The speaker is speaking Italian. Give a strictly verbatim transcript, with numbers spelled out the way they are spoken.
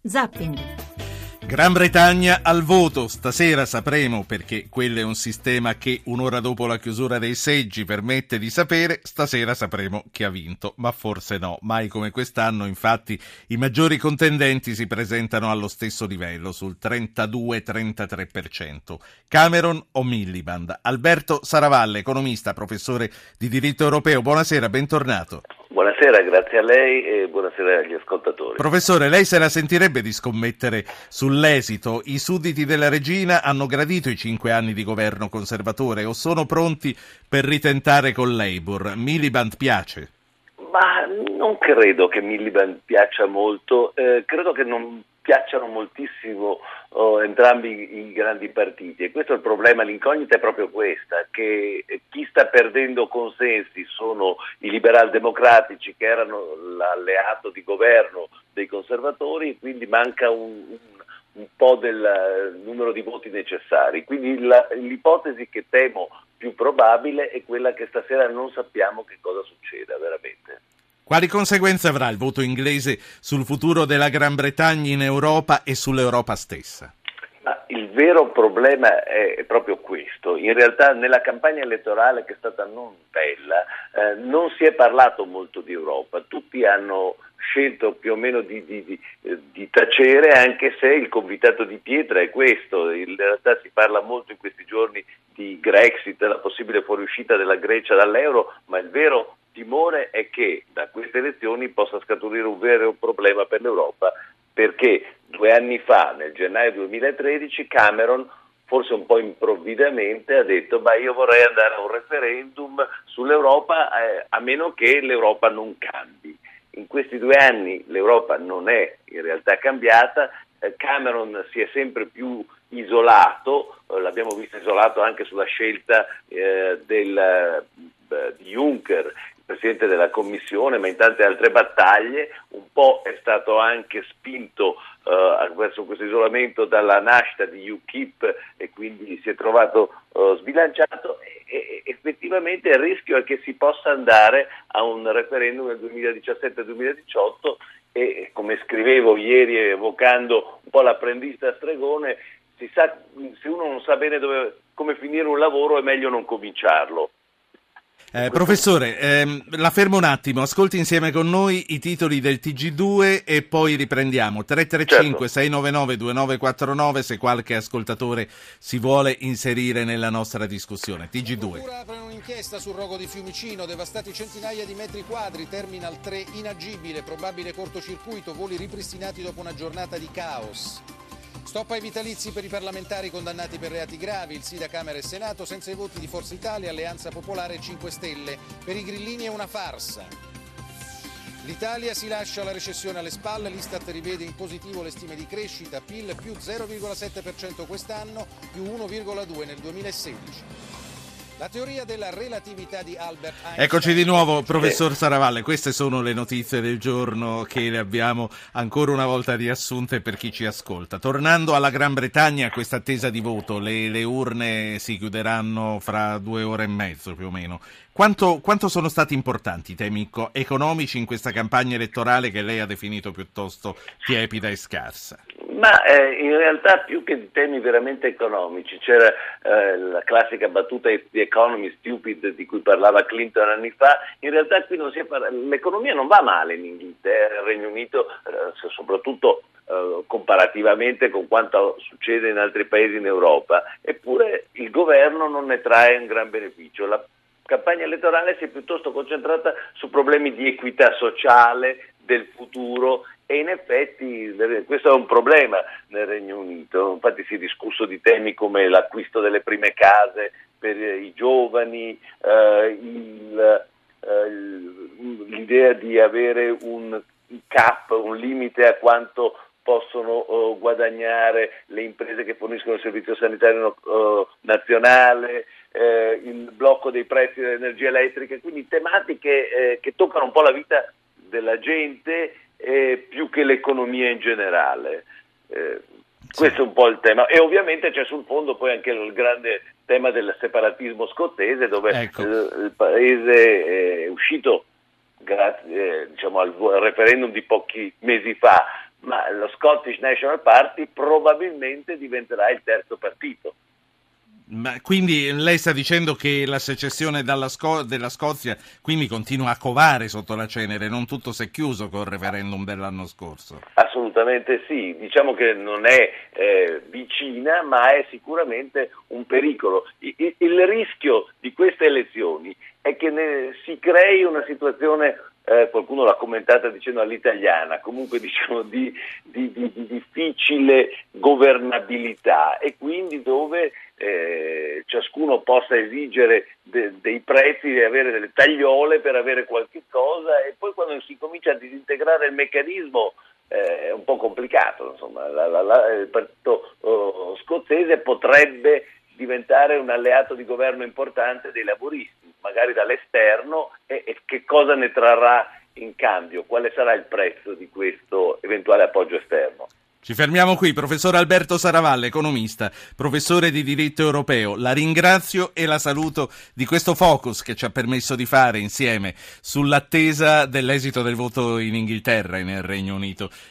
Zapping. Gran Bretagna al voto, stasera sapremo, perché quello è un sistema che un'ora dopo la chiusura dei seggi permette di sapere, stasera sapremo chi ha vinto, ma forse no, mai come quest'anno. Infatti i maggiori contendenti si presentano allo stesso livello, sul trentadue trentatré per cento. Cameron o Miliband? Alberto Saravalle, economista, professore di diritto europeo, buonasera, bentornato. Buonasera, grazie a lei e buonasera agli ascoltatori. Professore, lei se la sentirebbe di scommettere sull'esito? I sudditi della regina hanno gradito i cinque anni di governo conservatore o sono pronti per ritentare con Labour? Miliband piace? Ma non credo che Miliband piaccia molto, eh, credo che non piacciono moltissimo oh, entrambi i grandi partiti, e questo è il problema. L'incognita è proprio questa, che chi sta perdendo consensi sono i liberal democratici, che erano l'alleato di governo dei conservatori, e quindi manca un, un, un po' del numero di voti necessari. Quindi la, l'ipotesi che temo più probabile è quella che stasera non sappiamo che cosa succeda veramente. Quali conseguenze avrà il voto inglese sul futuro della Gran Bretagna in Europa e sull'Europa stessa? Ma il vero problema è proprio questo. In realtà nella campagna elettorale, che è stata non bella, eh, non si è parlato molto di Europa. Tutti hanno scelto più o meno di, di, di, di tacere, anche se il convitato di pietra è questo. In realtà si parla molto in questi giorni di Brexit, la possibile fuoriuscita della Grecia dall'euro, ma il vero timore è che da queste elezioni possa scaturire un vero problema per l'Europa, perché due anni fa, nel gennaio duemilatredici, Cameron, forse un po' improvvidamente, ha detto ma io vorrei andare a un referendum sull'Europa, eh, a meno che l'Europa non cambi. In questi due anni l'Europa non è in realtà cambiata, eh, Cameron si è sempre più isolato, eh, l'abbiamo visto isolato anche sulla scelta eh, del, eh, di Juncker, Presidente della Commissione, ma in tante altre battaglie. Un po' è stato anche spinto uh, verso questo isolamento dalla nascita di U K I P, e quindi si è trovato uh, sbilanciato, e, e effettivamente il rischio è che si possa andare a un referendum nel duemiladiciassette duemiladiciotto, e come scrivevo ieri evocando un po' l'apprendista stregone, si sa, se uno non sa bene dove, come finire un lavoro, è meglio non cominciarlo. Eh, professore, ehm, la fermo un attimo, ascolti insieme con noi i titoli del T G due e poi riprendiamo. tre tre cinque sei nove nove due nove quattro nove se qualche ascoltatore si vuole inserire nella nostra discussione. T G due. La apre un'inchiesta sul rogo di Fiumicino, devastati centinaia di metri quadri, Terminal tre inagibile, probabile cortocircuito, voli ripristinati dopo una giornata di caos. Stop ai vitalizi per i parlamentari condannati per reati gravi, il sì da Camera e Senato senza i voti di Forza Italia, Alleanza Popolare e cinque Stelle. Per i grillini è una farsa. L'Italia si lascia la recessione alle spalle, l'Istat rivede in positivo le stime di crescita, P I L più zero virgola sette per cento quest'anno, più uno virgola due per cento nel duemilasedici. La teoria della relatività di Albert Einstein. Eccoci di nuovo, professor Saravalle. Queste sono le notizie del giorno che le abbiamo ancora una volta riassunte per chi ci ascolta. Tornando alla Gran Bretagna, questa attesa di voto, le, le urne si chiuderanno fra due ore e mezzo più o meno. Quanto, quanto sono stati importanti i temi economici in questa campagna elettorale che lei ha definito piuttosto tiepida e scarsa? Ma eh, in realtà più che di temi veramente economici, c'era eh, la classica battuta The economy stupid di cui parlava Clinton anni fa. In realtà qui non si è par- l'economia non va male in Inghilterra, nel Regno Unito, eh, soprattutto eh, comparativamente con quanto succede in altri paesi in Europa, eppure il governo non ne trae un gran beneficio. La campagna elettorale si è piuttosto concentrata su problemi di equità sociale, del futuro, e in effetti questo è un problema nel Regno Unito. Infatti si è discusso di temi come l'acquisto delle prime case per i giovani, eh, il, eh, l'idea di avere un cap, un limite a quanto possono uh, guadagnare le imprese che forniscono il servizio sanitario uh, nazionale, eh, il blocco dei prezzi dell'energia elettrica, quindi tematiche eh, che toccano un po' la vita della gente eh, più che l'economia in generale. Eh, questo è un po' il tema, e ovviamente c'è sul fondo poi anche il grande tema del separatismo scozzese, dove ecco. eh, il paese è uscito grazie eh, diciamo al referendum di pochi mesi fa ma lo Scottish National Party probabilmente diventerà il terzo partito. Ma quindi lei sta dicendo che la secessione dalla Sco- della Scozia quindi continua a covare sotto la cenere, non tutto si è chiuso col referendum dell'anno scorso? Assolutamente sì, diciamo che non è eh, vicina, ma è sicuramente un pericolo. Il, il, il rischio di queste elezioni è che ne si crei una situazione, eh, qualcuno l'ha commentata dicendo all'italiana, comunque diciamo di, di, di, di difficile governabilità, e quindi dove eh, ciascuno possa esigere de, dei prezzi e avere delle tagliole per avere qualche cosa, e poi quando si comincia a disintegrare il meccanismo eh, è un po' complicato. Insomma, la, la, la, il partito oh, scozzese potrebbe diventare un alleato di governo importante dei laburisti, magari dall'esterno, e, e che cosa ne trarrà in cambio? Quale sarà il prezzo di questo eventuale appoggio esterno? Ci fermiamo qui, professor Alberto Saravalle, economista, professore di diritto europeo. La ringrazio e la saluto di questo focus che ci ha permesso di fare insieme sull'attesa dell'esito del voto in Inghilterra e nel Regno Unito.